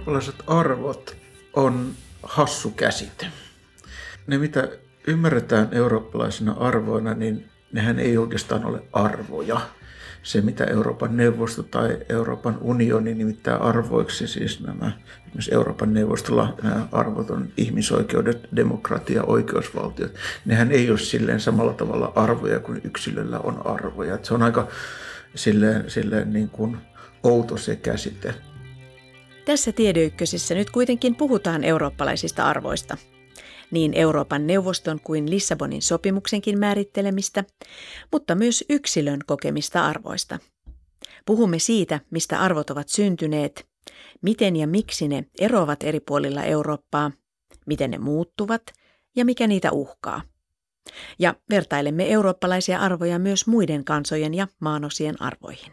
Eurooppalaiset arvot on hassu käsite. Ne, mitä ymmärretään eurooppalaisina arvoina, niin nehän ei oikeastaan ole arvoja. Se, mitä Euroopan neuvosto tai Euroopan unioni nimittää arvoiksi, siis esimerkiksi Euroopan neuvostolla nämä arvot on ihmisoikeudet, demokratia, oikeusvaltiot. Nehän ei ole silleen samalla tavalla arvoja kuin yksilöllä on arvoja. Se on aika silleen niin kuin outo se käsite. Tässä Tiedeykkösessä nyt kuitenkin puhutaan eurooppalaisista arvoista. Niin Euroopan neuvoston kuin Lissabonin sopimuksenkin määrittelemistä, mutta myös yksilön kokemista arvoista. Puhumme siitä, mistä arvot ovat syntyneet, miten ja miksi ne eroavat eri puolilla Eurooppaa, miten ne muuttuvat ja mikä niitä uhkaa. Ja vertailemme eurooppalaisia arvoja myös muiden kansojen ja maanosien arvoihin.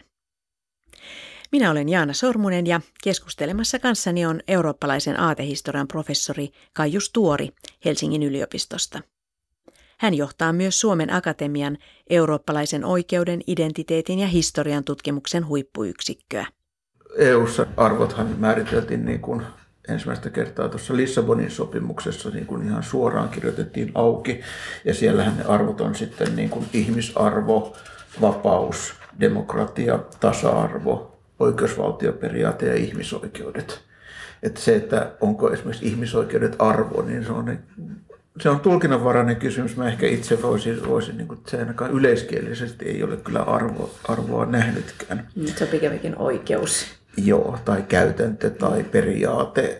Minä olen Jaana Sormunen ja keskustelemassa kanssani on eurooppalaisen aatehistorian professori Kaijus Tuori Helsingin yliopistosta. Hän johtaa myös Suomen Akatemian eurooppalaisen oikeuden, identiteetin ja historian tutkimuksen huippuyksikköä. EU:ssa arvothan määriteltiin niin kuin ensimmäistä kertaa tuossa Lissabonin sopimuksessa niin kuin ihan suoraan kirjoitettiin auki. Ja siellähän ne arvot on sitten niin kuin ihmisarvo, vapaus, demokratia, tasa-arvo, oikeusvaltioperiaate ja ihmisoikeudet. Että se, että onko esimerkiksi ihmisoikeudet arvo, niin se on tulkinnanvarainen kysymys. Mä ehkä itse voisin niin kuin, se ainakaan yleiskielisesti ei ole kyllä arvoa nähnytkään. Se on pikemminkin oikeus. Joo, tai käytäntö tai periaate,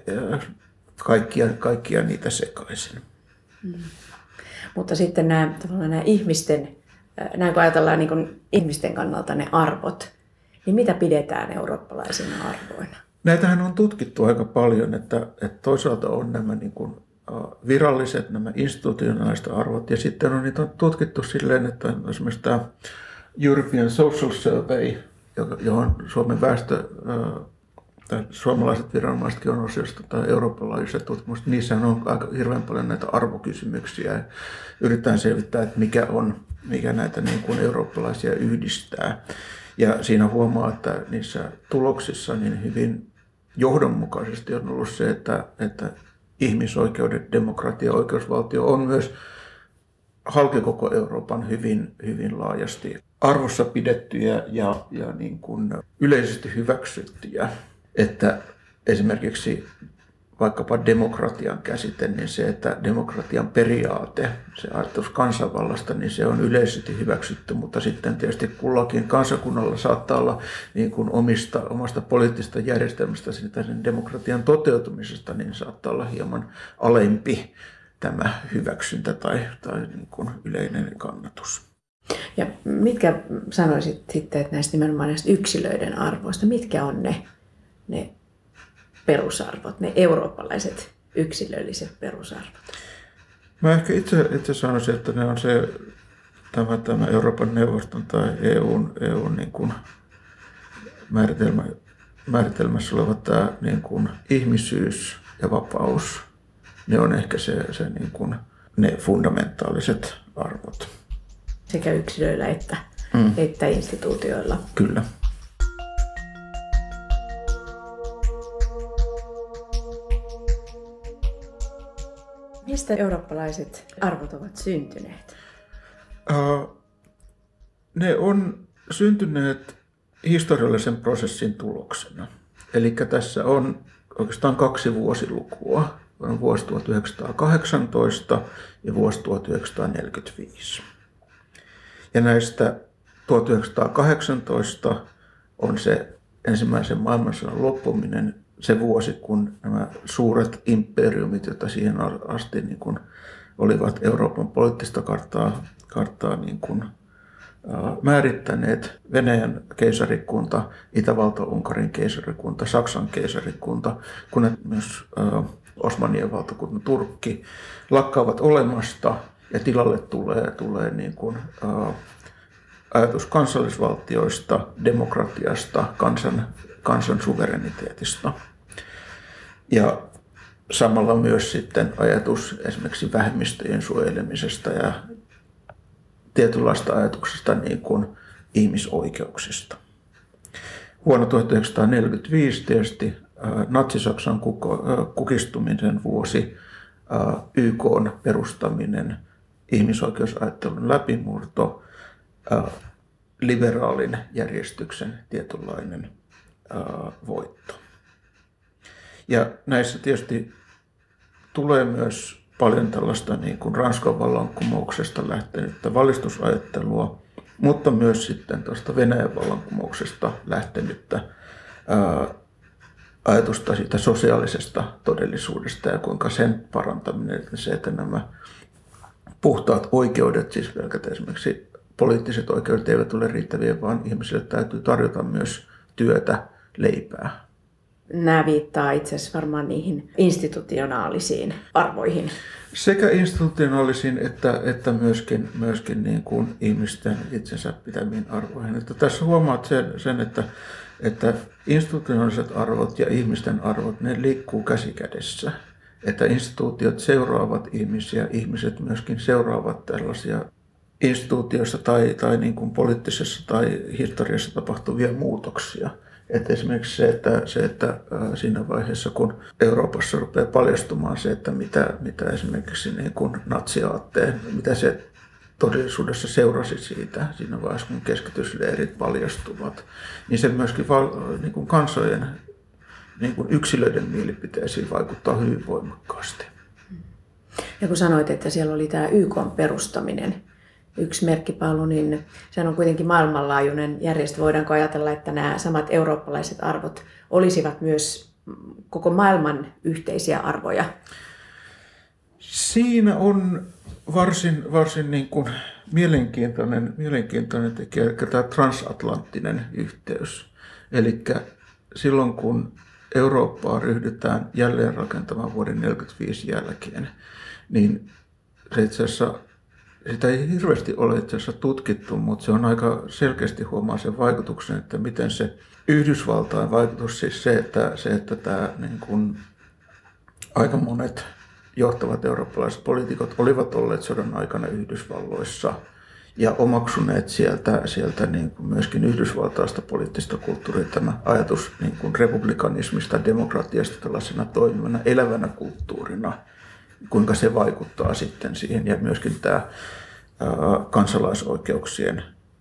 kaikkia niitä sekaisin. Mutta sitten nämä ihmisten, näin kun ajatellaan niin kuin ihmisten kannalta ne arvot, niin mitä pidetään eurooppalaisina arvoina? Näitähän on tutkittu aika paljon, että toisaalta on nämä niin kuin viralliset, nämä institutionaaliset arvot, ja sitten on niitä tutkittu silleen, että esimerkiksi tämä European Social Survey, johon Suomen tai suomalaiset viranomaisetkin on osiosta tai eurooppalaiset tutkimukset, niissähän on aika hirveän paljon näitä arvokysymyksiä, ja yritetään selvittää, että mikä näitä niin kuin eurooppalaisia yhdistää. Ja siinä huomaa, että niissä tuloksissa niin hyvin johdonmukaisesti on ollut se, että ihmisoikeudet, demokratia ja oikeusvaltio on myös halki koko Euroopan hyvin laajasti arvossa pidettyjä ja niin kuin yleisesti hyväksyttyjä. Että esimerkiksi vaikkapa demokratian käsite, niin se, että demokratian periaate, se ajatus kansanvallasta, niin se on yleisesti hyväksytty, mutta sitten tietysti kullakin kansakunnalla saattaa olla niin kuin omasta poliittisesta järjestelmästä, sen demokratian toteutumisesta, niin saattaa olla hieman alempi tämä hyväksyntä tai niin kuin yleinen kannatus. Ja mitkä sanoisit sitten, että nimenomaan näistä yksilöiden arvoista, mitkä on ne perusarvot, ne eurooppalaiset yksilölliset perusarvot? Mä ehkä itse sanoisin, että ne on tämä Euroopan neuvoston tai EUn niin kuin määritelmässä oleva tämä niin kuin ihmisyys ja vapaus. Ne on ehkä se niin kuin ne fundamentaaliset arvot. Sekä yksilöillä että instituutioilla. Kyllä. Mistä eurooppalaiset arvot ovat syntyneet? Ne on syntyneet historiallisen prosessin tuloksena. Eli tässä on oikeastaan 2 vuosilukua. On vuosi 1918 ja vuosi 1945. Ja näistä 1918 on se ensimmäisen maailmansodan loppuminen, se vuosi, kun nämä suuret imperiumit, joita siihen asti niin kuin olivat Euroopan poliittista karttaa niin kuin, määrittäneet, Venäjän keisarikunta, Itävalta-Unkarin keisarikunta, Saksan keisarikunta, kun myös Osmanien valtakunta Turkki lakkaavat olemasta ja tilalle tulee niin kuin, ajatus kansallisvaltioista, demokratiasta, kansan suvereniteetista. Ja samalla myös sitten ajatus esimerkiksi vähemmistöjen suojelemisesta ja tietynlaista ajatuksesta niin kuin ihmisoikeuksista. Vuonna 1945 tietysti Natsi-Saksan kukistumisen vuosi, YK:n perustaminen, ihmisoikeusajattelun läpimurto, liberaalin järjestyksen tietynlainen voitto. Ja näissä tietysti tulee myös paljon tällaista niin kuin Ranskan vallankumouksesta lähtenyttä valistusajattelua, mutta myös sitten tuosta Venäjän vallankumouksesta lähtenyttä ajatusta siitä sosiaalisesta todellisuudesta ja kuinka sen parantaminen, että nämä puhtaat oikeudet, siis pelkät esimerkiksi poliittiset oikeudet eivät ole riittäviä, vaan ihmisille täytyy tarjota myös työtä, leipää. Nämä viittaa itse asiassa varmaan niihin institutionaalisiin arvoihin. Sekä institutionaalisiin että myöskin niin kuin ihmisten itsensä pitämiin arvoihin. Että tässä huomaat sen että institutionaaliset arvot ja ihmisten arvot, ne liikkuu käsi kädessä. Että instituutiot seuraavat ihmisiä, ihmiset myöskin seuraavat tällaisia instituutioissa tai niin kuin poliittisessa tai historiassa tapahtuvia muutoksia. Että esimerkiksi se, että siinä vaiheessa, kun Euroopassa rupeaa paljastumaan se, että mitä esimerkiksi niin kuin natsiaatteen, mitä se todellisuudessa seurasi siitä siinä vaiheessa, kun keskitysleirit paljastuvat, niin se myöskin niin kuin kansojen, niin kuin yksilöiden mielipiteisiin vaikuttaa hyvin voimakkaasti. Ja kun sanoit, että siellä oli tämä YK:n perustaminen, yksi merkkipaalu, niin sehän on kuitenkin maailmanlaajuinen järjestö. Voidaanko ajatella, että nämä samat eurooppalaiset arvot olisivat myös koko maailman yhteisiä arvoja? Siinä on varsin niin kuin mielenkiintoinen tekijä, eli tämä transatlanttinen yhteys. Eli silloin, kun Eurooppaa ryhdytään jälleen rakentamaan vuoden 1945 jälkeen, niin se itse asiassa sitä ei hirveästi ole itse asiassa tutkittu, mutta se on aika selkeästi huomaa sen vaikutuksen, että miten se Yhdysvaltain vaikutus, siis se, että tämä niin kuin aika monet johtavat eurooppalaiset poliitikot olivat olleet sodan aikana Yhdysvalloissa ja omaksuneet sieltä niin kuin myöskin yhdysvaltaista poliittista kulttuuria, tämä ajatus niin kuin republikanismista, demokratiasta tällaisena toimivana, elävänä kulttuurina, kuinka se vaikuttaa sitten siihen, ja myöskin tämä kansalaisoikeuksien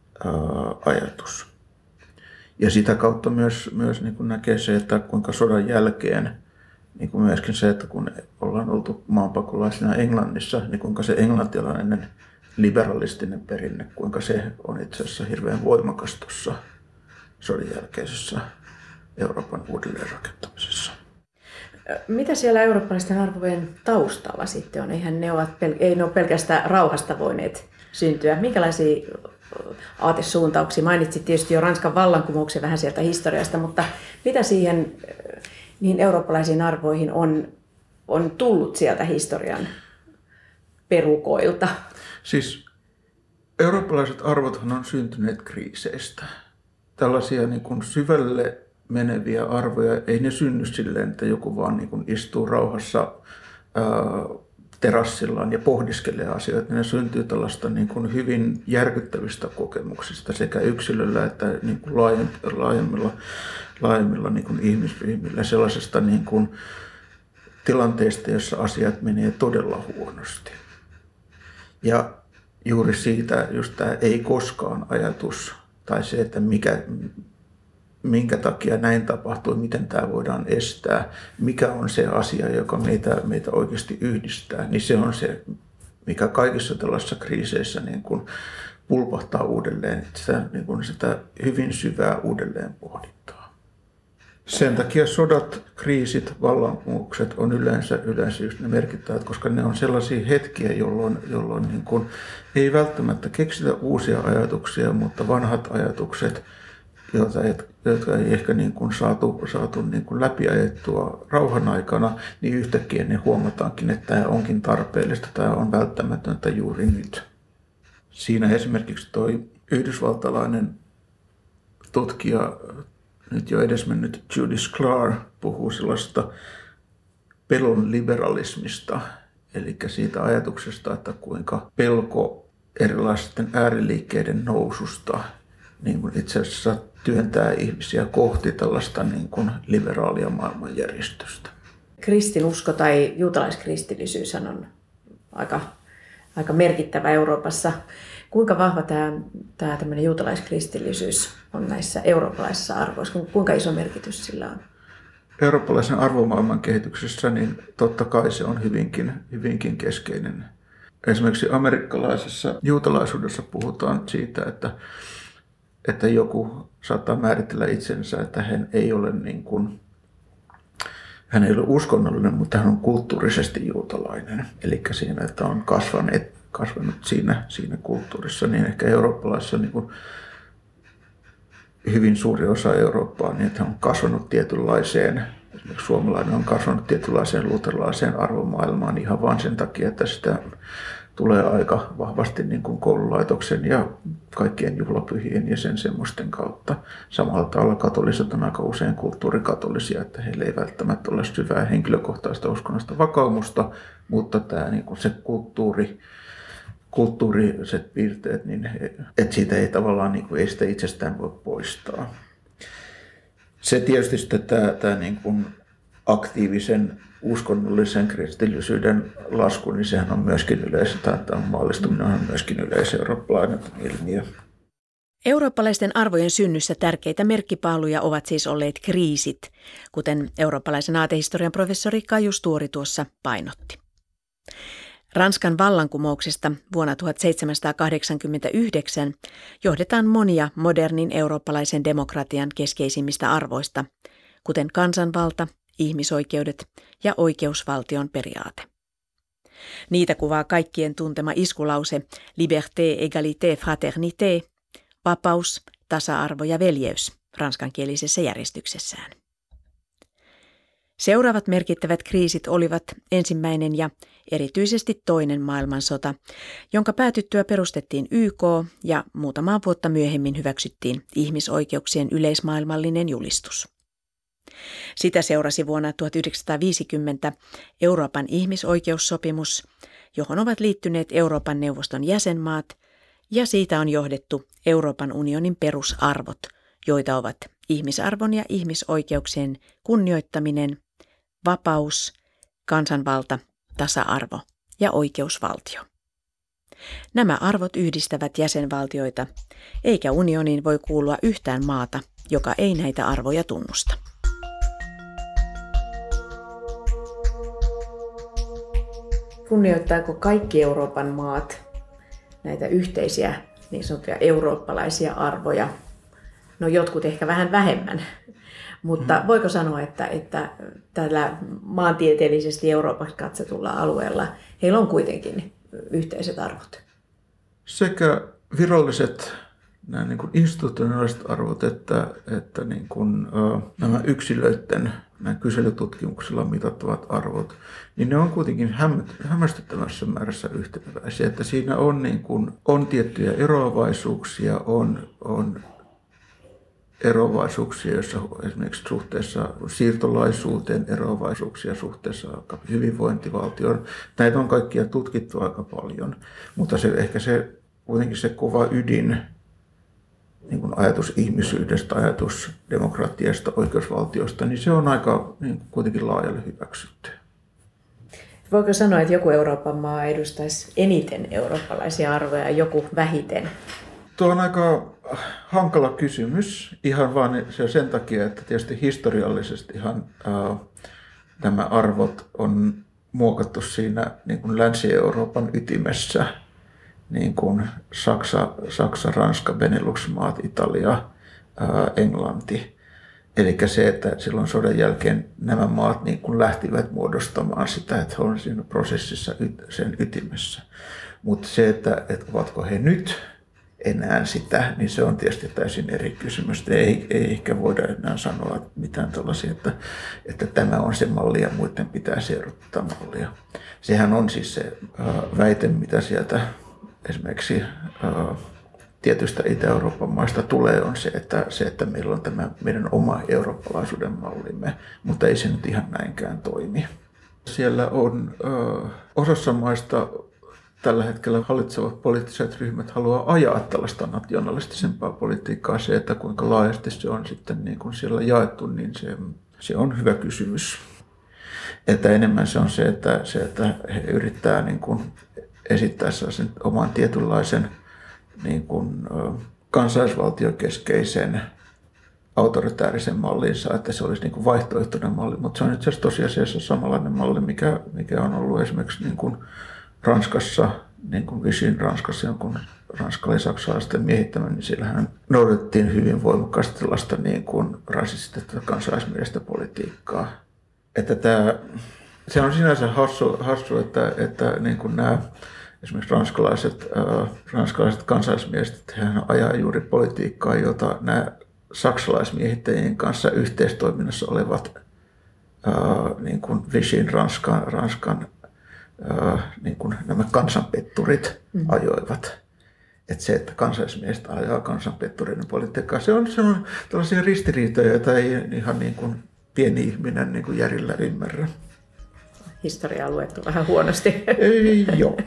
ajatus. Ja sitä kautta myös niin kuin näkee se, että kuinka sodan jälkeen, niin kuin myöskin se, että kun ollaan oltu maanpakolaisina Englannissa, niin kuinka se englantilainen liberalistinen perinne, kuinka se on itse asiassa hirveän voimakas tuossa sodan jälkeisessä Euroopan uudelleenrakentamisessa. Mitä siellä eurooppalaisten arvojen taustalla sitten on? Ei ne ole pelkästään rauhasta voineet syntyä. Minkälaisia aatesuuntauksia? Mainitsit tietysti jo Ranskan vallankumouksen vähän sieltä historiasta, mutta mitä niihin eurooppalaisiin arvoihin on tullut sieltä historian perukoilta? Siis eurooppalaiset arvothan on syntyneet kriiseistä. Tällaisia niin kuin syvälle meneviä arvoja, ei ne synny silleen, että joku vaan niin kuin istuu rauhassa terassillaan ja pohdiskelee asioita. Ne syntyy tällaista niin kuin hyvin järkyttävistä kokemuksista sekä yksilöllä että niin kuin laajemmilla niin kuin ihmisryhmillä, sellaisesta niin kuin tilanteesta, jossa asiat menee todella huonosti. Ja juuri siitä just tämä ei koskaan ajatus tai se, että minkä takia näin tapahtui, miten tämä voidaan estää, mikä on se asia, joka meitä oikeasti yhdistää, niin se on se, mikä kaikissa tällaisissa kriiseissä niin kuin pulpahtaa uudelleen, sitä hyvin syvää uudelleen pohdintaa. Sen takia sodat, kriisit, vallankumoukset on yleensä just ne merkittävät, koska ne on sellaisia hetkiä, jolloin niin kuin ei välttämättä keksitä uusia ajatuksia, mutta vanhat ajatukset, jotka ei ehkä niin kuin saatu niin kuin läpiajettua rauhan aikana, niin yhtäkkiä ne huomataankin, että tämä onkin tarpeellista, tämä on välttämätöntä juuri nyt. Siinä esimerkiksi tuo yhdysvaltalainen tutkija, nyt jo edesmennyt Judith Sklar, puhuu sellaista pelon liberalismista, eli siitä ajatuksesta, että kuinka pelko erilaisten ääriliikkeiden noususta niin kuin itse asiassa työntää ihmisiä kohti tällaista niin kuin liberaalia maailmanjärjestystä. Kristinusko tai juutalaiskristillisyys on aika merkittävä Euroopassa. Kuinka vahva tämä tämmöinen juutalaiskristillisyys on näissä eurooppalaisissa arvoissa? Kuinka iso merkitys sillä on? Eurooppalaisen arvomaailman kehityksessä niin totta kai se on hyvinkin keskeinen. Esimerkiksi amerikkalaisessa juutalaisuudessa puhutaan siitä, että joku saattaa määritellä itsensä, että hän ei ole uskonnollinen, mutta hän on kulttuurisesti juutalainen. Eli siinä, että on kasvanut siinä kulttuurissa, niin ehkä eurooppalaisessa niin kuin hyvin suuri osa Eurooppaa, niin että hän on kasvanut tietynlaiseen, esimerkiksi suomalainen on kasvanut tietynlaiseen luterilaiseen arvomaailmaan ihan vain sen takia, että sitä tulee aika vahvasti niin kuin koululaitoksen ja kaikkien juhlapyhien ja sen semmoisten kautta. Samalla tavalla katoliset on aika usein kulttuurikatolisia, että heillä ei välttämättä ole syvää henkilökohtaista uskonnollista vakaumusta, mutta tämä niin kuin se kulttuuriset piirteet, niin että siitä ei tavallaan niin kuin, ei sitä itsestään voi poistaa. Se tietysti sitten tämä niin kuin aktiivisen uskonnollisen kristillisyyden lasku, niin sehän on myöskin tämä maallistuminen on myöskin yleiseurooppalainen ilmiö. Eurooppalaisten arvojen synnyssä tärkeitä merkkipaaluja ovat siis olleet kriisit, kuten eurooppalaisen aatehistorian professori Kaius Tuori tuossa painotti. Ranskan vallankumouksesta vuonna 1789 johdetaan monia modernin eurooppalaisen demokratian keskeisimmistä arvoista, kuten kansanvalta, ihmisoikeudet ja oikeusvaltion periaate. Niitä kuvaa kaikkien tuntema iskulause liberté, égalité, fraternité, vapaus, tasa-arvo ja veljeys ranskankielisessä järjestyksessään. Seuraavat merkittävät kriisit olivat ensimmäinen ja erityisesti toinen maailmansota, jonka päätyttyä perustettiin YK ja muutamaa vuotta myöhemmin hyväksyttiin ihmisoikeuksien yleismaailmallinen julistus. Sitä seurasi vuonna 1950 Euroopan ihmisoikeussopimus, johon ovat liittyneet Euroopan neuvoston jäsenmaat, ja siitä on johdettu Euroopan unionin perusarvot, joita ovat ihmisarvon ja ihmisoikeuksien kunnioittaminen, vapaus, kansanvalta, tasa-arvo ja oikeusvaltio. Nämä arvot yhdistävät jäsenvaltioita, eikä unioniin voi kuulua yhtään maata, joka ei näitä arvoja tunnusta. Kunnioittaako kaikki Euroopan maat näitä yhteisiä niin sanottuja eurooppalaisia arvoja? No jotkut ehkä vähän vähemmän, mutta voiko sanoa, että tällä maantieteellisesti Euroopassa katsotulla alueella heillä on kuitenkin yhteiset arvot? Sekä viralliset nämä niin kuin institutionaaliset arvot että niin kuin, nämä yksilöiden nämä kyselytutkimuksilla mitattavat arvot, niin ne on kuitenkin hämmästyttävässä määrässä yhteneväisiä. Että siinä on, niin kuin, on tiettyjä eroavaisuuksia, on eroavaisuuksia, joissa esimerkiksi suhteessa siirtolaisuuteen, eroavaisuuksia suhteessa hyvinvointivaltioon. Näitä on kaikkia tutkittu aika paljon, mutta kuitenkin se kova ydin, niin kuin ajatus ihmisyydestä, ajatus demokratiasta, oikeusvaltiosta, niin se on aika niin kuitenkin laajalle hyväksytty. Voiko sanoa, että joku Euroopan maa edustaisi eniten eurooppalaisia arvoja ja joku vähiten? Tuo on aika hankala kysymys, ihan vaan sen takia, että tietysti historiallisesti nämä arvot on muokattu siinä niin kuin Länsi-Euroopan ytimessä, niin kuin Saksa, Ranska, Benelux-maat, Italia, Englanti. Eli se, että silloin sodan jälkeen nämä maat niin kuin lähtivät muodostamaan sitä, että he on siinä prosessissa sen ytimessä. Mutta se, että ovatko he nyt enää sitä, niin se on tietysti täysin eri kysymys. Ei ehkä voida enää sanoa mitään tällaisia, että tämä on se malli ja muiden pitää seurata mallia. Sehän on siis se väite, mitä sieltä esimerkiksi tietystä Itä-Euroopan maista tulee, on se, että meillä on tämä meidän oma eurooppalaisuuden mallimme, mutta ei se nyt ihan näinkään toimi. Siellä on osassa maista tällä hetkellä hallitsevat poliittiset ryhmät haluaa ajaa tällaista nationalistisempaa politiikkaa. Se, että kuinka laajasti se on sitten niin kuin siellä jaettu, niin se on hyvä kysymys. Että enemmän se on se, että he yrittää niin kuin esittää sellaisen oman tietynlaisen niin kuin kansallisvaltiokeskeisen autoritäärisen mallinsa, että se olisi niin kuin vaihtoehtoinen malli, mutta se on itse asiassa tosiasiassa samanlainen malli, mikä on ollut esimerkiksi niin kuin Ranskassa, niin kuin Vichy'n Ranskassa, jonkun ranskalais-saksalaisten miehittämän, niin siellähän noudatettiin hyvin voimakkaasti tällaista niin kuin rasistista kansalaismielistä politiikkaa. Että se on sinänsä hassu että niin kuin nämä esimerkiksi ranskalaiset kansalaismiehet, hehän ajaa juuri politiikkaa, jota nämä saksalaismiehittäjien kanssa yhteistoiminnassa olevat niin kuin Vichy'n Ranskan niin kuin nämä kansanpetturit ajoivat. Että se, että kansallismiehet ajaa kansanpettureiden politiikkaa, se on tällaisia ristiriitoja, joita ei ihan niin kuin pieni ihminen niin kuin järjellä ymmärrä. Historiaa luettu vähän huonosti. Joo.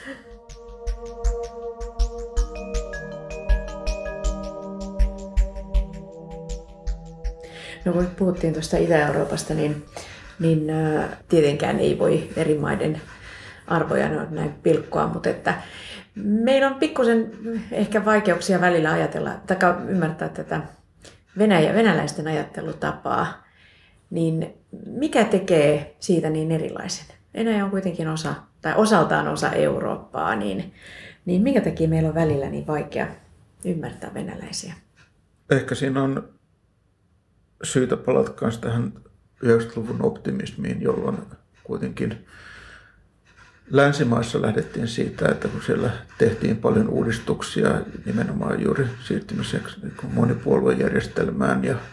No kun puhuttiin tuosta Itä-Euroopasta, niin tietenkään ei voi eri maiden arvoja näin pilkkoa, mutta että meillä on pikkusen ehkä vaikeuksia välillä ajatella tai ymmärtää tätä venäläisten ajattelutapaa. Niin mikä tekee siitä niin erilaisen? Venäjä on kuitenkin osaltaan osa Eurooppaa, niin minkä takia meillä on välillä niin vaikea ymmärtää venäläisiä? Ehkä siinä on syytä palata myös tähän 90-luvun optimismiin, jolloin kuitenkin länsimaissa lähdettiin siitä, että kun siellä tehtiin paljon uudistuksia nimenomaan juuri siirtymiseksi monipuoluejärjestelmään ja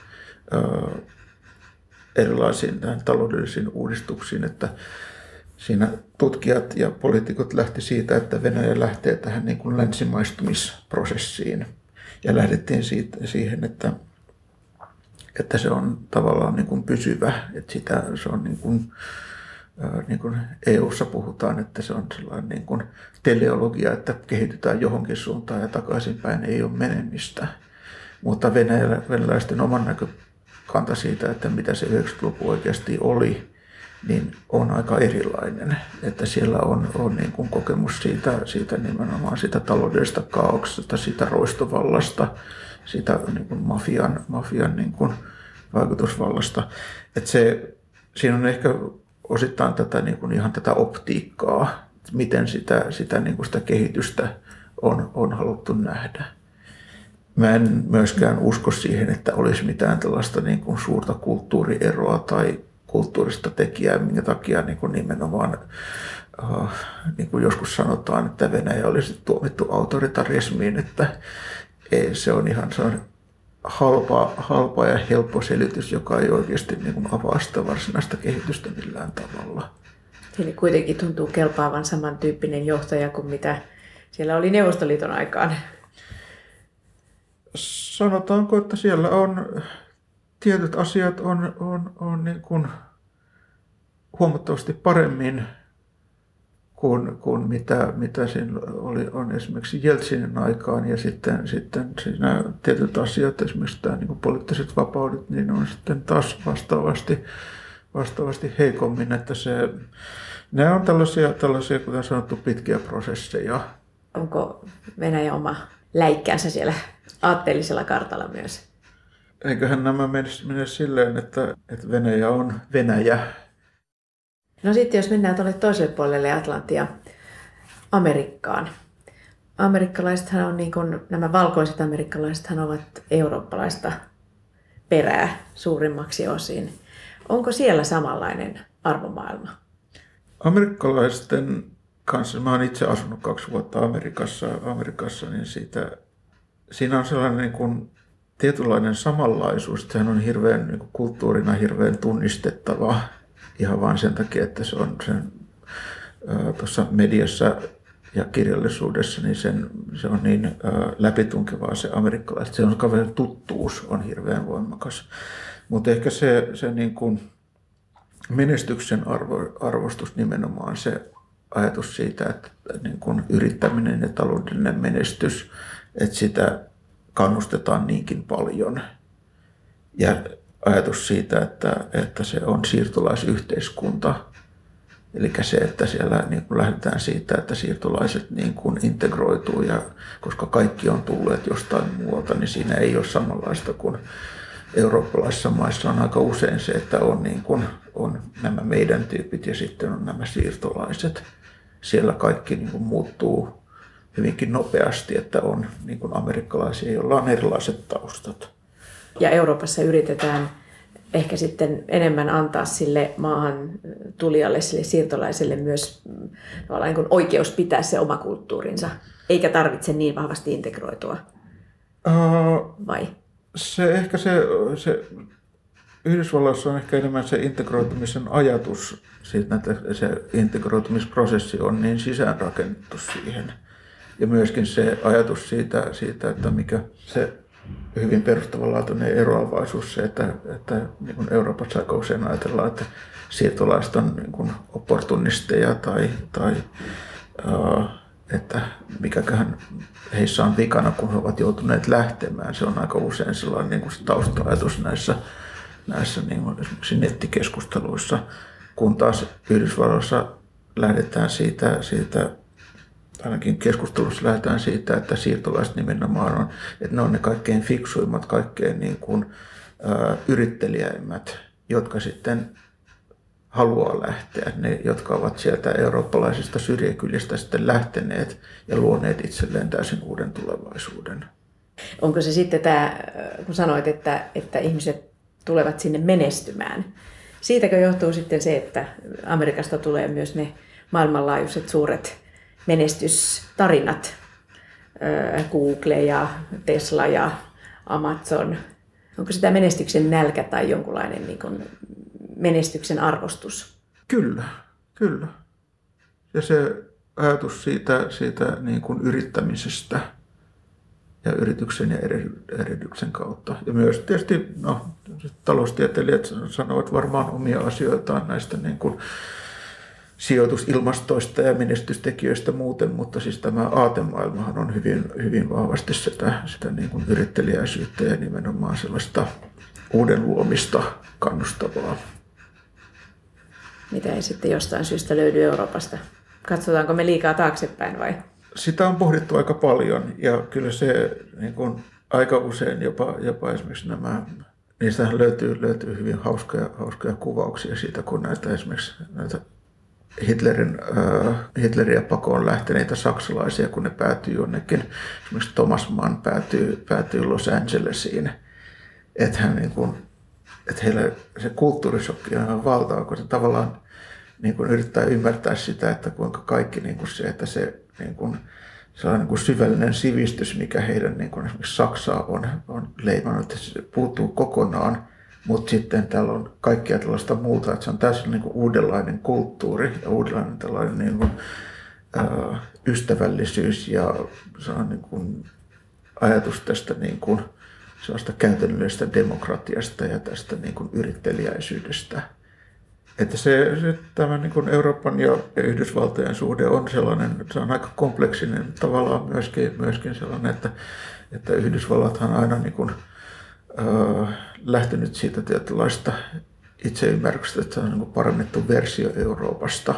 erilaisiin taloudellisiin uudistuksiin, että siinä tutkijat ja poliitikot lähti siitä, että Venäjä lähtee tähän niin kuin länsimaistumisprosessiin ja lähdettiin siihen, että se on tavallaan niin kuin pysyvä, että se on niin kuin EU:ssa puhutaan, että se on sellainen niin kuin teleologia, että kehitytään johonkin suuntaan ja takaisinpäin ei ole menemistä. Mutta venäläisten oman näkökanta siitä, että mitä se 90-luku oikeasti oli, niin on aika erilainen. Että siellä on niin kuin kokemus siitä nimenomaan siitä taloudellisesta kaauksesta, siitä roistovallasta, siitä niin kuin mafian niin kuin vaikutusvallasta. Että siinä on ehkä osittain tätä, niin kuin ihan tätä optiikkaa, miten sitä, niin kuin sitä kehitystä on haluttu nähdä. Mä en myöskään usko siihen, että olisi mitään tällaista niin kuin suurta kulttuurieroa tai kulttuurista tekijää, minkä takia niin kuin nimenomaan niin kuin joskus sanotaan, että Venäjä olisi tuomittu autoritarismiin, että se on ihan halpa ja helppo selitys, joka ei oikeasti niin kuin avaa sitä varsinaista kehitystä millään tavalla. Siinä kuitenkin tuntuu kelpaavan samantyyppinen johtaja kuin mitä siellä oli Neuvostoliiton aikaan. Sanotaanko, että siellä on tietyt asiat on niin kuin huomattavasti paremmin kuin mitä siinä on esimerkiksi Jeltsinin aikaan, ja sitten siinä tietyt asiat, esimerkiksi tämä niin kuin poliittiset vapaudet, niin on sitten taas vastaavasti heikommin, että nämä on tällaisia, kuten sanottu, pitkiä prosesseja. Onko Venäjä oma läikkäänsä siellä aatteellisella kartalla myös? Eiköhän nämä mene silleen, että Venäjä on Venäjä. No sitten jos mennään tuolle toiselle puolelle Atlanttia, Amerikkaan. Amerikkalaisethan on niin kuin, nämä valkoiset amerikkalaisethan ovat eurooppalaista perää suurimmaksi osin. Onko siellä samanlainen arvomaailma? Amerikkalaisten kanssa, mä oon itse asunut 2 vuotta Amerikassa, niin siinä on sellainen niin kuin tietynlainen samanlaisuus, että sehän on hirveän niin kuin kulttuurina hirveän tunnistettava ihan vain sen takia, että se on tuossa mediassa ja kirjallisuudessa, niin se on niin läpitunkevaa se amerikkalaiset. Se on kaverin tuttuus on hirveän voimakas. Mutta ehkä se niin kuin menestyksen arvostus nimenomaan ajatus siitä, että niin kuin yrittäminen ja taloudellinen menestys, että sitä kannustetaan niinkin paljon. Ja ajatus siitä, että se on siirtolaisyhteiskunta, eli se, että siellä niin kuin lähdetään siitä, että siirtolaiset niin kuin integroituu, ja koska kaikki on tulleet jostain muualta, niin siinä ei ole samanlaista kuin eurooppalaisissa maissa on aika usein se, että on, niin kuin, on nämä meidän tyypit ja sitten on nämä siirtolaiset. Siellä kaikki niin kuin muuttuu hyvinkin nopeasti, että on niin kuin amerikkalaisia, joilla on erilaiset taustat. Ja Euroopassa yritetään ehkä sitten enemmän antaa sille maahan tulijalle, sille siirtolaiselle myös niin kuin oikeus pitää se oma kulttuurinsa, eikä tarvitse niin vahvasti integroitua. Vai? Se Yhdysvalloissa on ehkä enemmän se integroitumisen ajatus, siitä, että se integroitumisprosessi on niin sisäänrakennettu siihen. Ja myöskin se ajatus siitä että mikä se hyvin perustavanlaatuinen eroavaisuus, se, että niin kuin Euroopassa aika usein ajatellaan, että siirtolaiset on niin kuin opportunisteja tai että mikäköhän heissä on vikana, kun he ovat joutuneet lähtemään. Se on aika usein sellainen niin kuin tausta-ajatus näissä niin kuin esimerkiksi nettikeskusteluissa, kun taas Yhdysvalloissa lähdetään siitä ainakin keskustelussa lähdetään siitä, että siirtolaiset nimenomaan on, että ne on ne kaikkein fiksuimmat, kaikkein niin kuin, yritteliäimmät, jotka sitten haluaa lähteä. Ne, jotka ovat sieltä eurooppalaisista syrjäkylistä sitten lähteneet ja luoneet itselleen täysin uuden tulevaisuuden. Onko se sitten tämä, kun sanoit, että ihmiset tulevat sinne menestymään, siitäkö johtuu sitten se, että Amerikasta tulee myös ne maailmanlaajuiset suuret menestystarinat, Google ja Tesla ja Amazon. Onko sitä menestyksen nälkä tai jonkunlainen niin kuin menestyksen arvostus? Kyllä. Ja se ajatus siitä niin kuin yrittämisestä ja yrityksen ja erehdyksen kautta. Ja myös tietysti taloustieteilijät sanovat varmaan omia asioitaan näistä niin kuin sijoitusilmastoista ja menestystekijöistä muuten, mutta siis tämä aatemaailmahan on hyvin vahvasti sitä niin kuin yritteliäisyyttä ja nimenomaan sellaista uuden luomista kannustavaa. Mitä ei sitten jostain syystä löydy Euroopasta? Katsotaanko me liikaa taaksepäin vai? Sitä on pohdittu aika paljon ja kyllä se niin kuin aika usein jopa esimerkiksi niistähän löytyy hyvin hauskoja kuvauksia siitä, kun näitä Hitleriä pakoon lähteneitä saksalaisia, kun ne päätyy jonnekin, esimerkiksi Thomas Mann päätyy Los Angelesiin, että heillä se kulttuurisokki on ihan valtava, kun se tavallaan niin kuin yrittää ymmärtää sitä, että kuinka kaikki niin kuin se, että se niin kuin sellainen niin kuin syvällinen sivistys, mikä heidän niin kuin esimerkiksi Saksaa on leimannut, että se puuttuu kokonaan. Mutta sitten täällä on kaikkea tällaista muuta, että se on täysin niin kuin uudenlainen kulttuuri ja uudenlainen tällainen niin kuin, ystävällisyys ja se on niin kuin ajatus tästä niin kuin sellaista käytännöllisestä demokratiasta ja tästä niin kuin yritteliäisyydestä. Että tämä niin kuin Euroopan ja Yhdysvaltojen suhde on sellainen, se on aika kompleksinen tavallaan myöskin sellainen, että Yhdysvallathan aina niin kuin, lähtenyt siitä tietynlaista itseymmärryksestä, että se on niin kuin parannettu versio Euroopasta.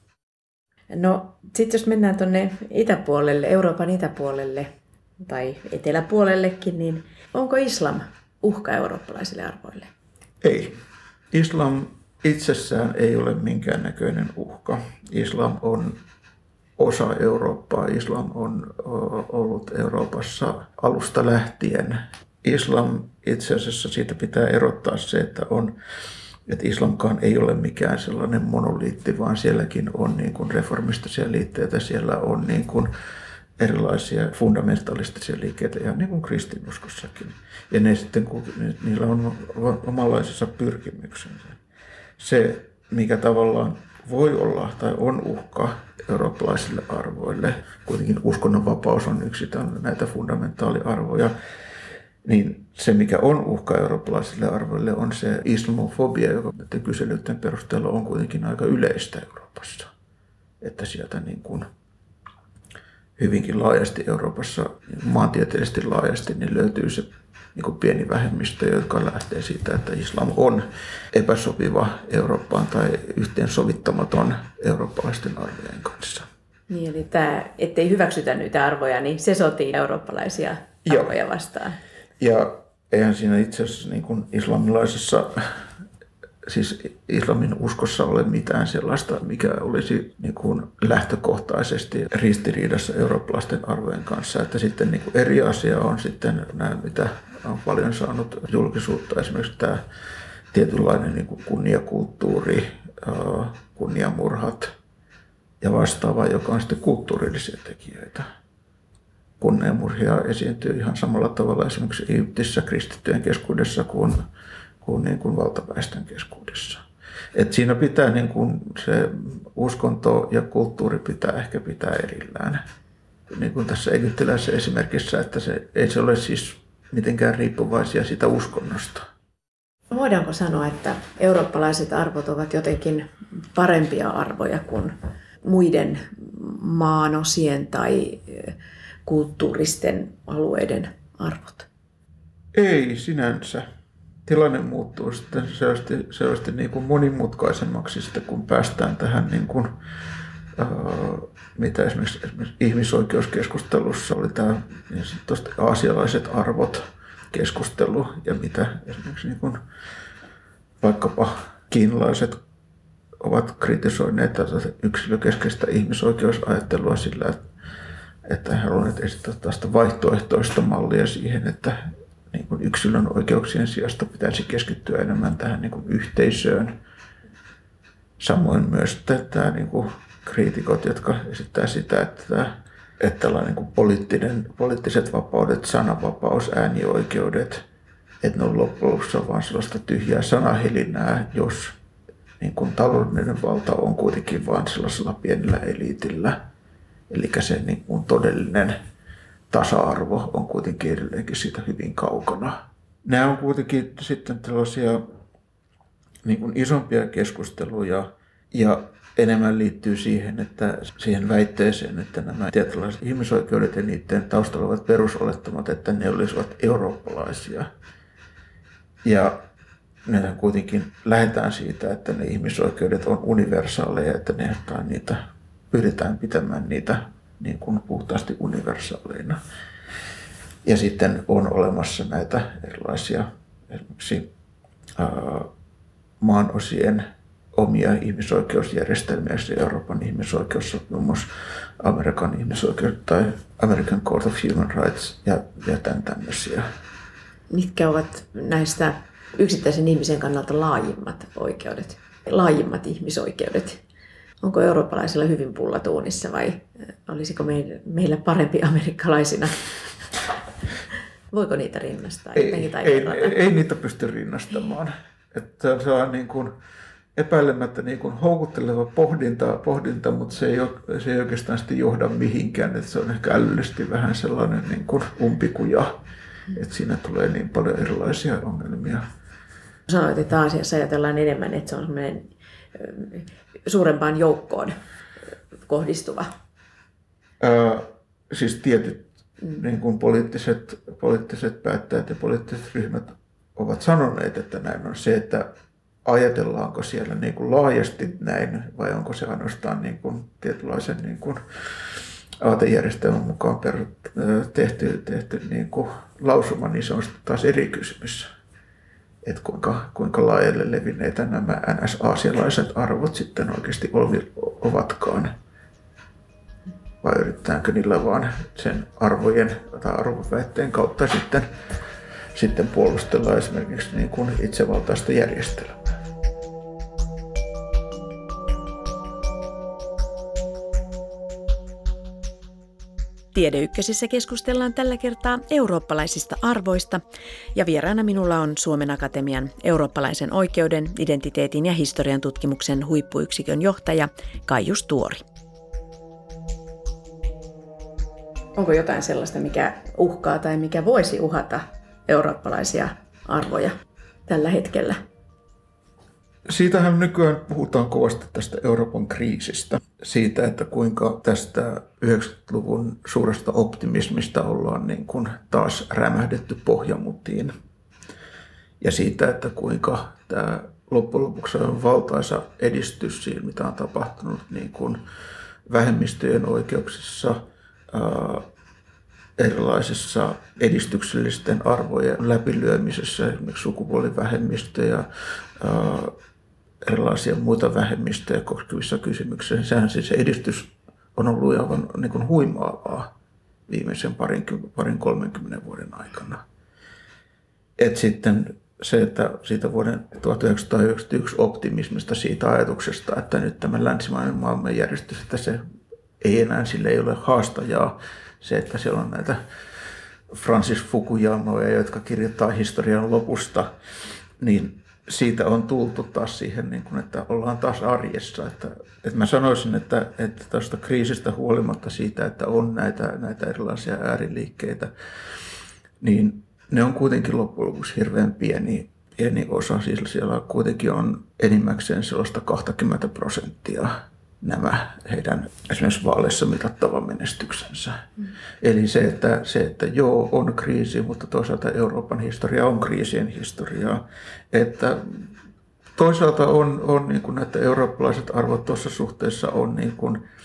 No sitten jos mennään tuonne itäpuolelle, Euroopan itäpuolelle tai eteläpuolellekin, niin onko islam uhka eurooppalaisille arvoille? Ei. Islam itsessään ei ole minkäännäköinen uhka. Islam on osa Eurooppaa. Islam on ollut Euroopassa alusta lähtien. Islam itse asiassa siitä pitää erottaa se, että islamkaan ei ole mikään sellainen monoliitti, vaan sielläkin on niin kuin reformistisia liikkeitä, siellä on niin kuin erilaisia fundamentalistisia liikkeitä, ihan niin kuin kristinuskossakin. Ja ne sitten, niillä on omanlaisensa pyrkimyksensä. Se, mikä tavallaan voi olla tai on uhka eurooppalaisille arvoille, kuitenkin uskonnonvapaus on yksi näitä fundamentaaliarvoja, niin se, mikä on uhka eurooppalaisille arvoille, on se islamofobia, joka näiden kyselyiden perusteella on kuitenkin aika yleistä Euroopassa. että sieltä niin kuin hyvinkin laajasti Euroopassa, maantieteellisesti laajasti, niin löytyy se niin kuin pieni vähemmistö, jotka lähtee siitä, että islam on epäsopiva Eurooppaan tai yhteensovittamaton eurooppalaisten arvojen kanssa. Niin, eli tämä, ettei hyväksytä niitä arvoja, niin se sotii eurooppalaisia arvoja vastaan. Ja eihän siinä itse asiassa niin kuin islamilaisessa, siis islamin uskossa ole mitään sellaista, mikä olisi niin kuin lähtökohtaisesti ristiriidassa eurooppalaisten arvojen kanssa. Että sitten niin kuin eri asia on sitten nämä, mitä on paljon saanut julkisuutta, esimerkiksi tämä tietynlainen niin kuin kunniakulttuuri, kunniamurhat ja vastaava, joka on sitten kulttuurillisia tekijöitä. Kunniamurhia esiintyy ihan samalla tavalla esimerkiksi Egyptissä kristittyjen keskuudessa kuin valtaväestön keskuudessa. Et siinä pitää niin kuin se uskonto ja kulttuuri ehkä pitää erillään. Niin kuin tässä egyptiläisessä esimerkissä, että ei se ole siis mitenkään riippuvaisia siitä uskonnosta. Voidaanko sanoa, että eurooppalaiset arvot ovat jotenkin parempia arvoja kuin muiden maanosien tai kulttuuristen alueiden arvot? Ei sinänsä. Tilanne muuttuu sitten selvästi niin kuin monimutkaisemmaksi sitten, kun päästään tähän, niin kuin, mitä esimerkiksi ihmisoikeuskeskustelussa oli tämä niin aasialaiset arvot keskustelu ja mitä esimerkiksi niin kuin, vaikkapa kiinalaiset ovat kritisoineet tätä yksilökeskeistä ihmisoikeusajattelua sillä, että he haluavat esittää tästä vaihtoehtoista mallia siihen, että niin kuin yksilön oikeuksien sijasta pitäisi keskittyä enemmän tähän niin kuin yhteisöön. Samoin myös tämä niin kuin kriitikot, jotka esittää sitä, että tällainen niin kuin poliittiset vapaudet, sananvapaus, äänioikeudet, että ne on loppujen lopuksi vaan sellaista tyhjää sanahelinää, jos niin kuin taloudellinen valta on kuitenkin vain sellaisella pienellä eliitillä. Eli se niin kuin todellinen tasa-arvo on kuitenkin edelleenkin siitä hyvin kaukana. Nämä on kuitenkin sitten tällaisia niin kuin isompia keskusteluja ja enemmän liittyy siihen väitteeseen, että nämä tietynlaiset ihmisoikeudet ja niiden taustalla ovat perusolettamat, että ne olisivat eurooppalaisia. Ja ne kuitenkin lähdetään siitä, että ne ihmisoikeudet on universaaleja, että niitä pyritään pitämään niitä niin kuin puhtaasti universaaleina. Ja sitten on olemassa näitä erilaisia esimerkiksi maanosien omia ihmisoikeusjärjestelmiä, Euroopan ihmisoikeussopimus, Amerikan ihmisoikeus tai American Court of Human Rights ja tämän tämmöisiä. Mitkä ovat näistä yksittäisen ihmisen kannalta laajimmat oikeudet, laajimmat ihmisoikeudet? Onko eurooppalaisilla hyvin pullatuunissa vai olisiko meillä parempi amerikkalaisina? Voiko niitä rinnastaa? Ei niitä pysty rinnastamaan. Että se on niin kuin epäilemättä niin kuin houkutteleva pohdinta, mutta se ei oikeastaan sitten johda mihinkään. Että se on ehkä älyllisesti vähän sellainen niin kuin umpikuja, että siinä tulee niin paljon erilaisia ongelmia. Sanoit, että Aasiassa ajatellaan enemmän, että se on semmoinen suurempaan joukkoon kohdistuva. Siis tietyt niin kuin poliittiset päättäjät ja poliittiset ryhmät ovat sanoneet, että näin on se, että ajatellaanko siellä niin kuin laajasti näin vai onko se ainoastaan niin kuin tietynlaisen niin kuin aatejärjestelmän mukaan tehty niin kuin lausuma, niin se on taas eri kysymys. Että kuinka laajalle levinneitä nämä NS-aasialaiset arvot sitten oikeasti ovatkaan. Vai yritetäänkö niillä vaan sen arvojen tai arvoväitteen kautta sitten puolustella esimerkiksi niin kuin itsevaltaista järjestelmää. Tiede Ykkösessä keskustellaan tällä kertaa eurooppalaisista arvoista ja vieraana minulla on Suomen Akatemian eurooppalaisen oikeuden, identiteetin ja historian tutkimuksen huippuyksikön johtaja Kaijus Tuori. Onko jotain sellaista, mikä uhkaa tai mikä voisi uhata eurooppalaisia arvoja tällä hetkellä? Siitähän nykyään puhutaan kovasti tästä Euroopan kriisistä. Siitä, että kuinka tästä 90-luvun suuresta optimismista ollaan niin kuin taas rämähdetty pohjamutiin. Ja siitä, että kuinka tämä loppujen lopuksi on valtaisa edistys siinä, mitä on tapahtunut niin kuin vähemmistöjen oikeuksissa, erilaisissa edistyksellisten arvojen läpilyömisessä, esimerkiksi sukupuolivähemmistöjä, erilaisia muita vähemmistöjä koskevissa kysymyksissä. Sehän siis se edistys on ollut aivan niin kuin huimaavaa viimeisen parin 30 vuoden aikana. Et sitten se, että siitä vuoden 1991 optimismista, siitä ajatuksesta, että nyt tämä länsimainen maailmanjärjestys, että se ei enää, sille ei ole haastajaa. Se, että siellä on näitä Francis Fukuyamoja, jotka kirjoittaa historian lopusta, niin siitä on tultu taas siihen, niin kuin, että ollaan taas arjessa. Että mä sanoisin, että tuosta kriisistä huolimatta siitä, että on näitä erilaisia ääriliikkeitä, niin ne on kuitenkin loppujen lopuksi hirveän pieni osa. Siis siellä kuitenkin on enimmäkseen sellaista 20% nämä heidän esimerkiksi vaaleissa mitattavan menestyksensä. Eli se, että joo, on kriisi, mutta toisaalta Euroopan historia on kriisien historiaa. Että toisaalta on niin kuin näitä eurooppalaiset arvot tuossa suhteessa on niin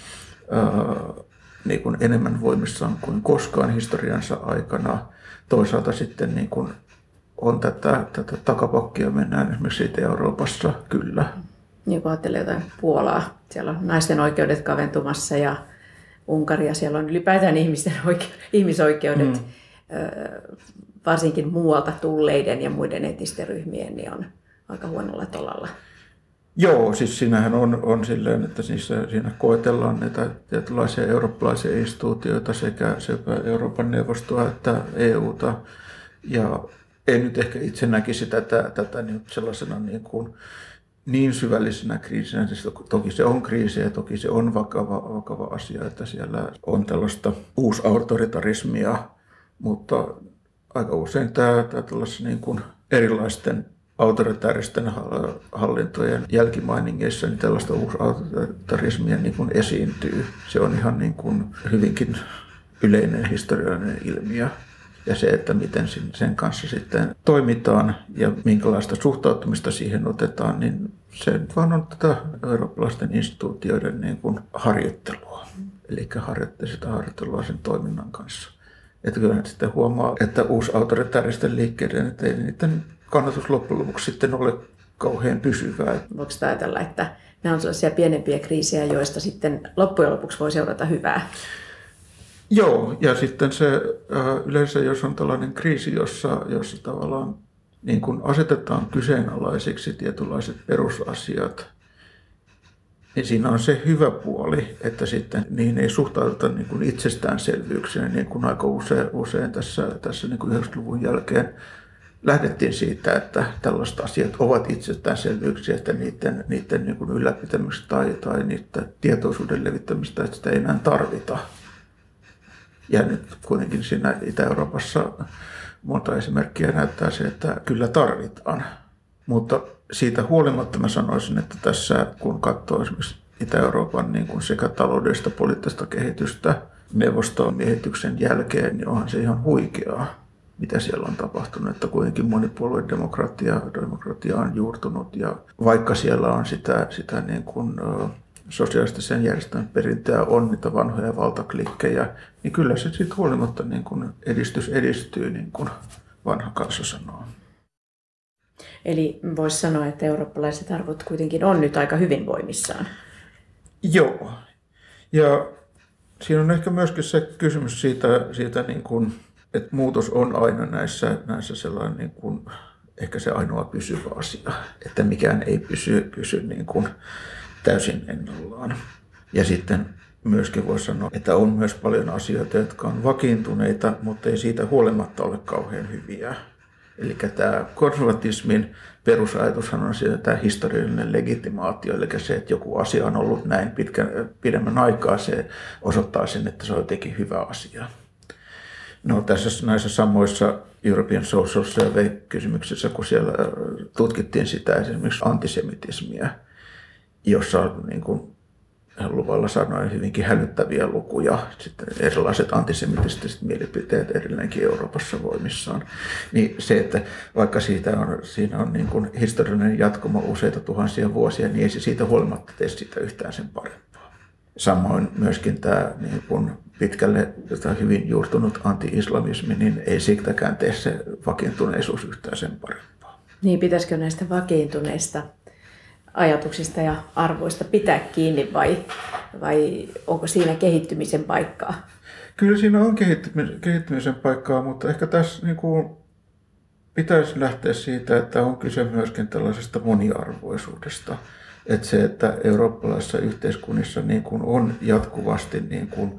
kuin enemmän voimissaan kuin koskaan historiansa aikana. Toisaalta sitten niin kuin on tätä takapakkia mennään esimerkiksi Itä-Euroopassa kyllä. Niin kun ajattelee jotain Puolaa, siellä on naisten oikeudet kaventumassa ja Unkaria, siellä on ylipäätään ihmisoikeudet, varsinkin muualta tulleiden ja muiden etnisten ryhmien, niin on aika huonolla tolalla. Joo, siis siinähän on silleen, että siinä koetellaan näitä tietynlaisia eurooppalaisia instituutioita sekä Euroopan neuvostoa että EUta. Ja en nyt ehkä itse näkisi tätä niin sellaisena niin syvällisenä kriisinä. Siis toki se on kriisi ja toki se on vakava asia, että siellä on tällaista uusautoritarismia, mutta aika usein tämä tällaisessa niin kuin erilaisten autoritaaristen hallintojen jälkimainingeissa niin tällaista uusautoritarismia niin kuin esiintyy. Se on ihan niin kuin hyvinkin yleinen historiallinen ilmiö. Ja se, että miten sen kanssa sitten toimitaan ja minkälaista suhtautumista siihen otetaan, niin se nyt vaan on tätä eurooppalaisten instituutioiden niin kuin harjoittelua. Eli sitä harjoittelua sen toiminnan kanssa. Että kyllä sitten huomaa, että uusautoritaaristen liikkeiden, että ei niiden kannatus loppujen lopuksi sitten ole kauhean pysyvää. Voiko ajatella, että nämä on sellaisia pienempiä kriisejä, joista sitten loppujen lopuksi voi seurata hyvää? Joo, ja sitten se yleensä, jos on tällainen kriisi, jossa tavallaan niin kuin asetetaan kyseenalaisiksi tietynlaiset perusasiat, niin siinä on se hyvä puoli, että sitten niihin ei suhtauduta niin kuin itsestäänselvyyksinä, niin kuin aika usein tässä niin kuin 90-luvun jälkeen lähdettiin siitä, että tällaiset asiat ovat itsestäänselvyyksiä, että niiden niin kuin ylläpitämistä tai niiden tietoisuuden levittämistä, että sitä ei enää tarvita. Ja nyt kuitenkin siinä Itä-Euroopassa monta esimerkkiä näyttää se, että kyllä tarvitaan. Mutta siitä huolimatta mä sanoisin, että tässä kun katsoo esimerkiksi Itä-Euroopan niin kuin sekä taloudellista poliittista kehitystä neuvoston miehityksen jälkeen, niin onhan se ihan huikeaa, mitä siellä on tapahtunut. Että kuitenkin monipuoluedemokratia on juurtunut ja vaikka siellä on sitä niin kuin sosiaalisten järjestelmän perintöä on niitä vanhoja valtaklikkejä, niin kyllä se sitten huolimatta niin kuin edistys edistyy, niin kuin vanha kansa sanoo. Eli voisi sanoa, että eurooppalaiset arvot kuitenkin on nyt aika hyvin voimissaan. Joo. Ja siinä on ehkä myöskin se kysymys siitä niin kuin, että muutos on aina näissä sellainen niin kuin, ehkä se ainoa pysyvä asia, että mikään ei pysy niin kuin täysin ennallaan. Ja sitten myöskin voi sanoa, että on myös paljon asioita, jotka on vakiintuneita, mutta ei siitä huolimatta ole kauhean hyviä. Eli tämä konservatismin perusajatushan on tämä historiallinen legitimaatio, eli se, että joku asia on ollut näin pidemmän aikaa, se osoittaa sen, että se on jotenkin hyvä asia. No tässä näissä samoissa European Social Survey-kysymyksissä, kun siellä tutkittiin sitä esimerkiksi antisemitismiä, jossa niin kuin luvalla sanoen hyvinkin hälyttäviä lukuja, sitten erilaiset antisemitistiset mielipiteet edelleenkin Euroopassa voimissaan, niin se, että vaikka siinä on niin kuin historiallinen jatkumo useita tuhansia vuosia, niin ei se siitä huolimatta tee sitä yhtään sen parempaa. Samoin myöskin tämä niin kuin pitkälle hyvin juurtunut anti-islamismi, niin ei siitäkään tee se vakiintuneisuus yhtään sen parempaa. Niin, pitäisikö näistä vakiintuneista ajatuksista ja arvoista pitää kiinni vai onko siinä kehittymisen paikkaa? Kyllä siinä on kehittymisen paikkaa, mutta ehkä tässä niin kuin pitäisi lähteä siitä, että on kyse myöskin tällaisesta moniarvoisuudesta. Että se, että eurooppalaisissa yhteiskunnissa niin kuin on jatkuvasti niin kuin,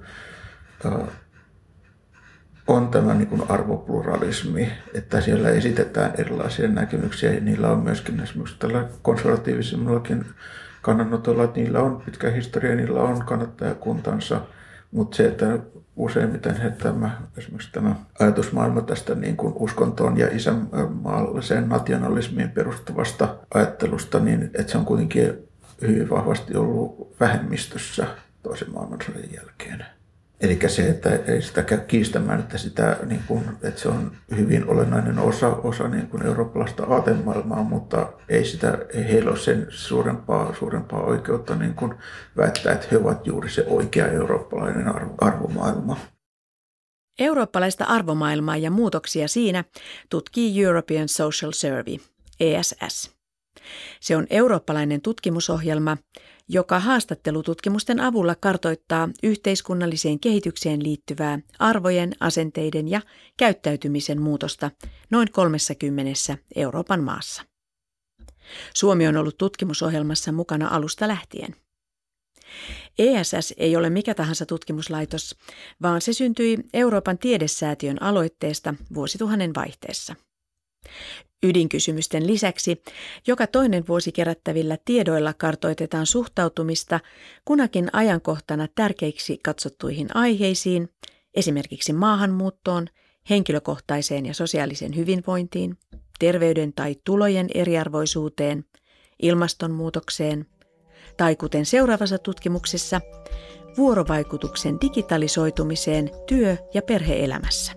on tämä niin kuin arvopluralismi, että siellä esitetään erilaisia näkemyksiä ja niillä on myöskin esimerkiksi tällä konservatiivisimmallakin kannanotolla, että niillä on pitkä historia, niillä on kannattajakuntansa, mutta se, että useimmiten esimerkiksi tämä ajatusmaailma tästä niin kuin uskontoon ja isänmaalliseen nationalismiin perustuvasta ajattelusta, niin että se on kuitenkin hyvin vahvasti ollut vähemmistössä toisen maailmansodan jälkeen. Eli se, että ei sitä käy kiistämään, että, että se on hyvin olennainen osa niin kuin eurooppalaista aatemaailmaa, mutta ei heillä ole sen suurempaa oikeutta niin kuin väittää, että he ovat juuri se oikea eurooppalainen arvomaailma. Eurooppalaista arvomaailmaa ja muutoksia siinä tutkii European Social Survey, ESS. Se on eurooppalainen tutkimusohjelma, joka haastattelututkimusten avulla kartoittaa yhteiskunnalliseen kehitykseen liittyvää arvojen, asenteiden ja käyttäytymisen muutosta noin 30 Euroopan maassa. Suomi on ollut tutkimusohjelmassa mukana alusta lähtien. ESS ei ole mikä tahansa tutkimuslaitos, vaan se syntyi Euroopan tiedesäätiön aloitteesta vuosituhannen vaihteessa. Ydinkysymysten lisäksi joka toinen vuosi kerättävillä tiedoilla kartoitetaan suhtautumista kunakin ajankohtana tärkeiksi katsottuihin aiheisiin, esimerkiksi maahanmuuttoon, henkilökohtaiseen ja sosiaaliseen hyvinvointiin, terveyden tai tulojen eriarvoisuuteen, ilmastonmuutokseen tai kuten seuraavassa tutkimuksessa, vuorovaikutuksen digitalisoitumiseen työ- ja perhe-elämässä.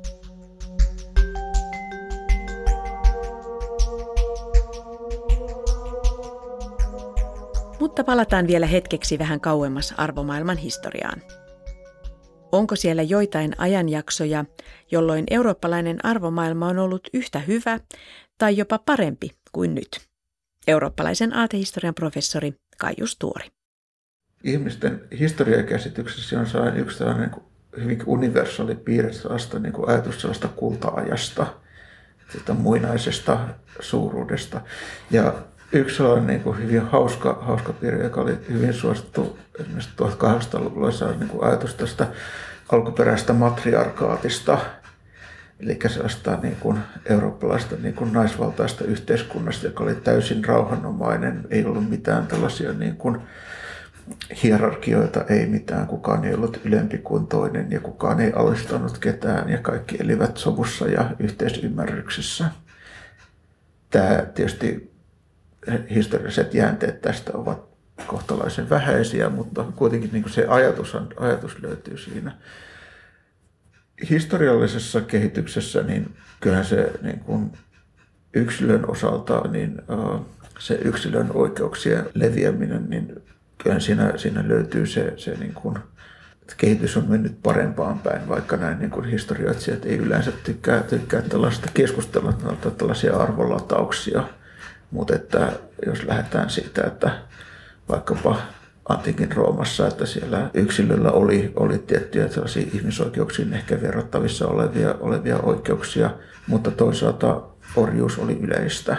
Mutta palataan vielä hetkeksi vähän kauemmas arvomaailman historiaan. Onko siellä joitain ajanjaksoja, jolloin eurooppalainen arvomaailma on ollut yhtä hyvä tai jopa parempi kuin nyt? Eurooppalaisen aatehistorian professori Kaijus Tuori. Ihmisten historiakäsityksessä on yksi sellainen hyvin universaali piirre sellaista ajatus sellaista kulta-ajasta, sitä muinaisesta suuruudesta. Ja yksi sellainen hyvin hauska piirre, joka oli hyvin suosittu esimerkiksi 1800-luvulla, ajatus tästä alkuperäisestä matriarkaatista, eli sellaista eurooppalaista naisvaltaista yhteiskunnasta, joka oli täysin rauhanomainen, ei ollut mitään tällaisia hierarkioita, ei mitään, kukaan ei ollut ylempi kuin toinen ja kukaan ei alistanut ketään ja kaikki elivät sovussa ja yhteisymmärryksessä. Tämä tietysti historialliset jäänteet tästä ovat kohtalaisen vähäisiä, mutta kuitenkin se ajatus löytyy siinä. Historiallisessa kehityksessä niin kyllähän se yksilön osalta se yksilön oikeuksien leviäminen, niin kyllähän siinä löytyy se että kehitys on mennyt parempaan päin, vaikka näin historioitsijat ei yleensä tykkää tällaista keskustella, tällaisia arvolatauksia. Mutta että jos lähdetään siitä, että vaikkapa antiikin Roomassa, että siellä yksilöllä oli tiettyjä sellaisia ihmisoikeuksiin ehkä verrattavissa olevia oikeuksia, mutta toisaalta orjuus oli yleistä.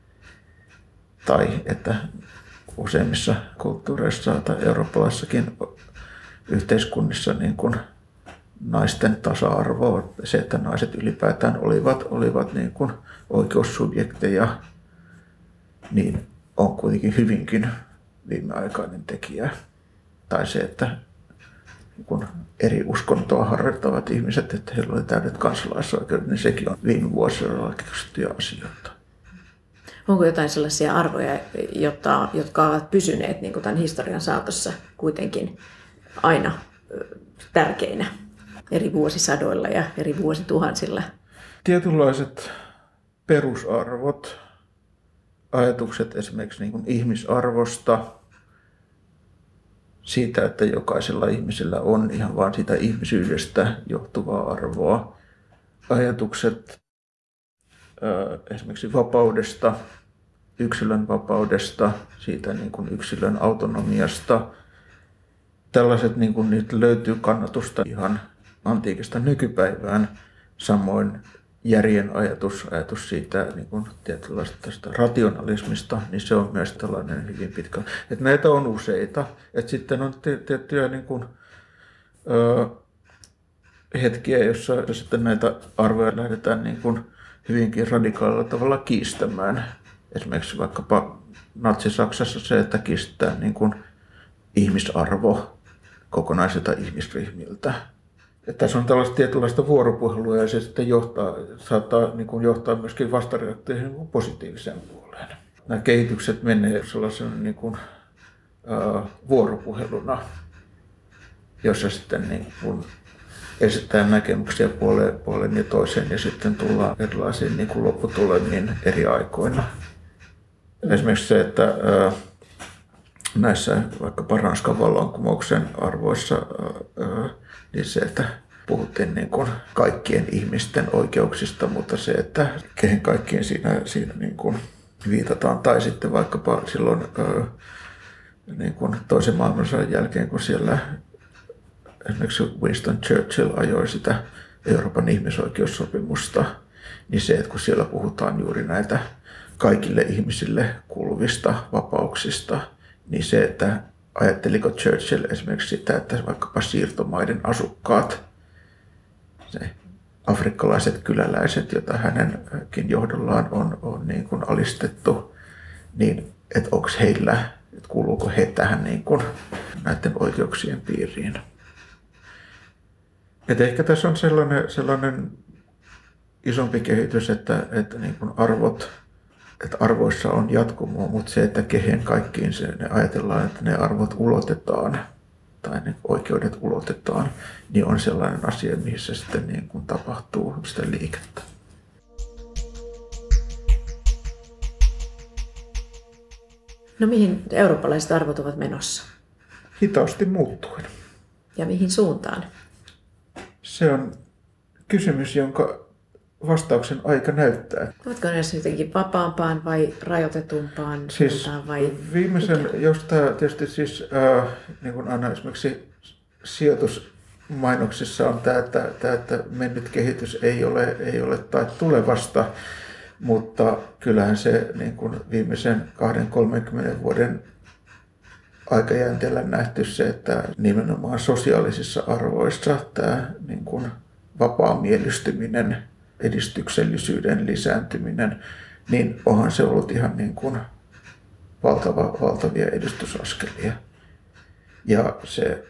Tai että useimmissa kulttuureissa tai eurooppalaisissakin yhteiskunnissa naisten tasa-arvo, se, että naiset ylipäätään olivat oikeussubjekteja, niin on kuitenkin hyvinkin viimeaikainen tekijä. Tai se, että kun eri uskontoa harjoittavat ihmiset, että heillä oli täydet kansalaisoikeudet, niin sekin on viime vuosilla keksittyjä asioita. Onko jotain sellaisia arvoja, jotka ovat pysyneet niin kuin tämän historian saatossa kuitenkin aina tärkeinä eri vuosisadoilla ja eri vuosituhansilla? Tietynlaiset perusarvot, ajatukset esimerkiksi niin kuin ihmisarvosta, siitä, että jokaisella ihmisellä on ihan vain siitä ihmisyydestä johtuvaa arvoa. Ajatukset esimerkiksi vapaudesta, yksilön vapaudesta, siitä niin kuin yksilön autonomiasta. Tällaiset niin kuin, niitä löytyy kannatusta ihan antiikista nykypäivään. Samoin järjen ajatus siitä niin kuin tietynlaista rationalismista, niin se on myös tällainen hyvin pitkä. Että näitä on useita. Että sitten on tiettyjä niin kuin, hetkiä, joissa sitten näitä arvoja lähdetään niin kuin hyvinkin radikaalilla tavalla kiistämään. Esimerkiksi vaikkapa Natsi-Saksassa se, että kiistetään niin kuin ihmisarvo kokonaisilta ihmisryhmiltä. Että tässä on tällaista tietynlaista vuoropuhelua ja se sitten saattaa niin kuin johtaa myöskin vastareaktioihin niin kuin positiiviseen puoleen. Nämä kehitykset menee sellaisena niin kuin, vuoropuheluna, jossa sitten niin kuin esitetään näkemyksiä puoleen ja toiseen ja sitten tullaan erilaisiin niin kuin lopputulemiin eri aikoina. Esimerkiksi se, että näissä vaikkapa Ranskan vallankumouksen arvoissa, niin se, että puhuttiin niin kuin kaikkien ihmisten oikeuksista, mutta se, että kehen kaikkiin siinä niin kuin viitataan. Tai sitten vaikkapa silloin niin kuin toisen maailmansodan jälkeen, kun siellä esimerkiksi Winston Churchill ajoi sitä Euroopan ihmisoikeussopimusta, niin se, että kun siellä puhutaan juuri näitä kaikille ihmisille kuuluvista vapauksista, niin se, että ajatteliko Churchill esimerkiksi sitä, että vaikkapa siirtomaiden asukkaat, se afrikkalaiset kyläläiset, joita hänenkin johdollaan on niin kuin alistettu, niin että onko heillä, että kuuluuko he tähän niin kuin näiden oikeuksien piiriin. Että ehkä tässä on sellainen isompi kehitys, että niin kuin että arvoissa on jatkumoa, mutta se, että kehen kaikkiin ne ajatellaan, että ne arvot ulotetaan tai ne oikeudet ulotetaan, niin on sellainen asia, missä sitten niin kuin tapahtuu sitä liikettä. No mihin eurooppalaiset arvot ovat menossa? Hitaasti muuttuen. Ja mihin suuntaan? Se on kysymys, jonka vastauksen aika näyttää. Ovatko ne jotenkin vapaampaan vai rajoitetumpaan suuntaan? Vai viimeisen, jos tämä tietysti siis, niin kuin aina esimerkiksi sijoitusmainoksissa on tämä, että mennyt kehitys ei ole tai tulevasta, mutta kyllähän se niin kuin viimeisen 20-30 vuoden aikajänteellä nähty se, että nimenomaan sosiaalisissa arvoissa tämä niin kuin vapaamielistyminen, edistyksellisyyden lisääntyminen, niin onhan se ollut ihan niin kuin valtavia edistysaskelia. Ja se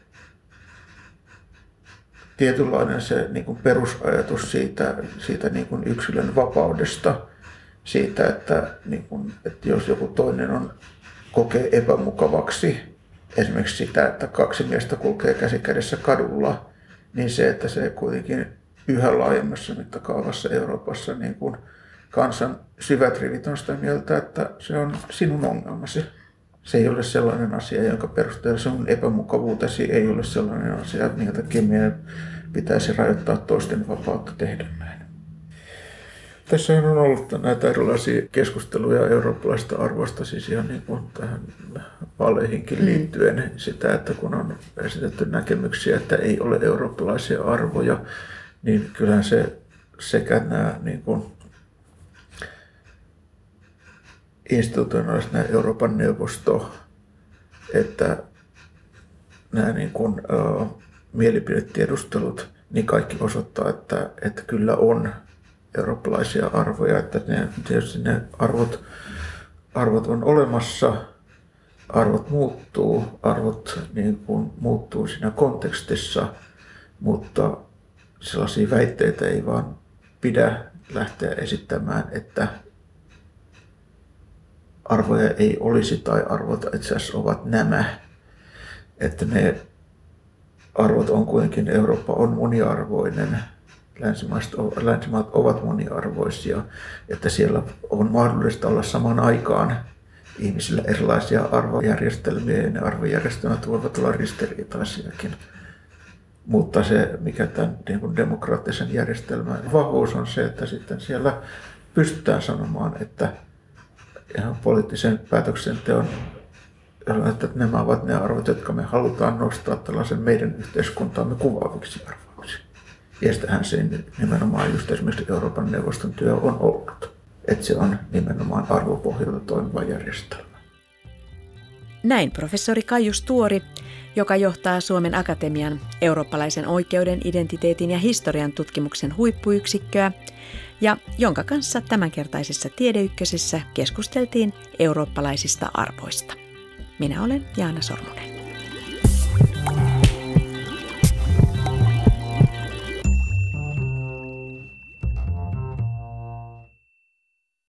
tietynlainen se niin kuin perusajatus siitä niin kuin yksilön vapaudesta, siitä, että jos joku toinen kokee epämukavaksi esimerkiksi sitä, että kaksi miestä kulkee käsi kädessä kadulla, niin se, että se kuitenkin yhä laajemmassa mittakaavassa Euroopassa niin kuin kansan syvät rivit on sitä mieltä, että se on sinun ongelmasi. Se ei ole sellainen asia, jonka perusteella sinun epämukavuutesi ei ole sellainen asia, minkä takia meidän pitäisi rajoittaa toisten vapautta tehdä näin. Tässä on ollut näitä erilaisia keskusteluja eurooppalaisista arvoista, siis ihan niin kuin tähän vaaleihinkin liittyen sitä, että kun on esitetty näkemyksiä, että ei ole eurooppalaisia arvoja, niin kyllähän se sekä nämä niin kuin institutionaaliset, nämä Euroopan neuvosto, että nämä niin kuin, mielipidetiedustelut, niin kaikki osoittaa, että kyllä on eurooppalaisia arvoja, että tietysti ne arvot on olemassa, arvot muuttuu, arvot niin kuin muuttuu siinä kontekstissa, mutta sellaisia väitteitä ei vaan pidä lähteä esittämään, että arvoja ei olisi tai arvot itse asiassa ovat nämä, että ne arvot on kuitenkin, Eurooppa on moniarvoinen, länsimaat ovat moniarvoisia, että siellä on mahdollista olla samaan aikaan ihmisillä erilaisia arvojärjestelmiä ja ne arvojärjestelmät voivat olla ristiriitaisiakin. Mutta se, mikä tämän niin kuin demokraattisen järjestelmän vahvuus on se, että sitten siellä pystytään sanomaan, että ihan poliittisen päätöksenteon, että nämä ovat ne arvot, jotka me halutaan nostaa tällaisen meidän yhteiskuntaamme kuvaaviksi arvoiksi. Ja sitähän se nimenomaan just esimerkiksi Euroopan neuvoston työ on ollut. Että se on nimenomaan arvopohjalta toimiva järjestelmä. Näin professori Kaijus Tuori, joka johtaa Suomen Akatemian eurooppalaisen oikeuden, identiteetin ja historian tutkimuksen huippuyksikköä ja jonka kanssa tämänkertaisessa Tiedeykkösessä keskusteltiin eurooppalaisista arvoista. Minä olen Jaana Sormunen.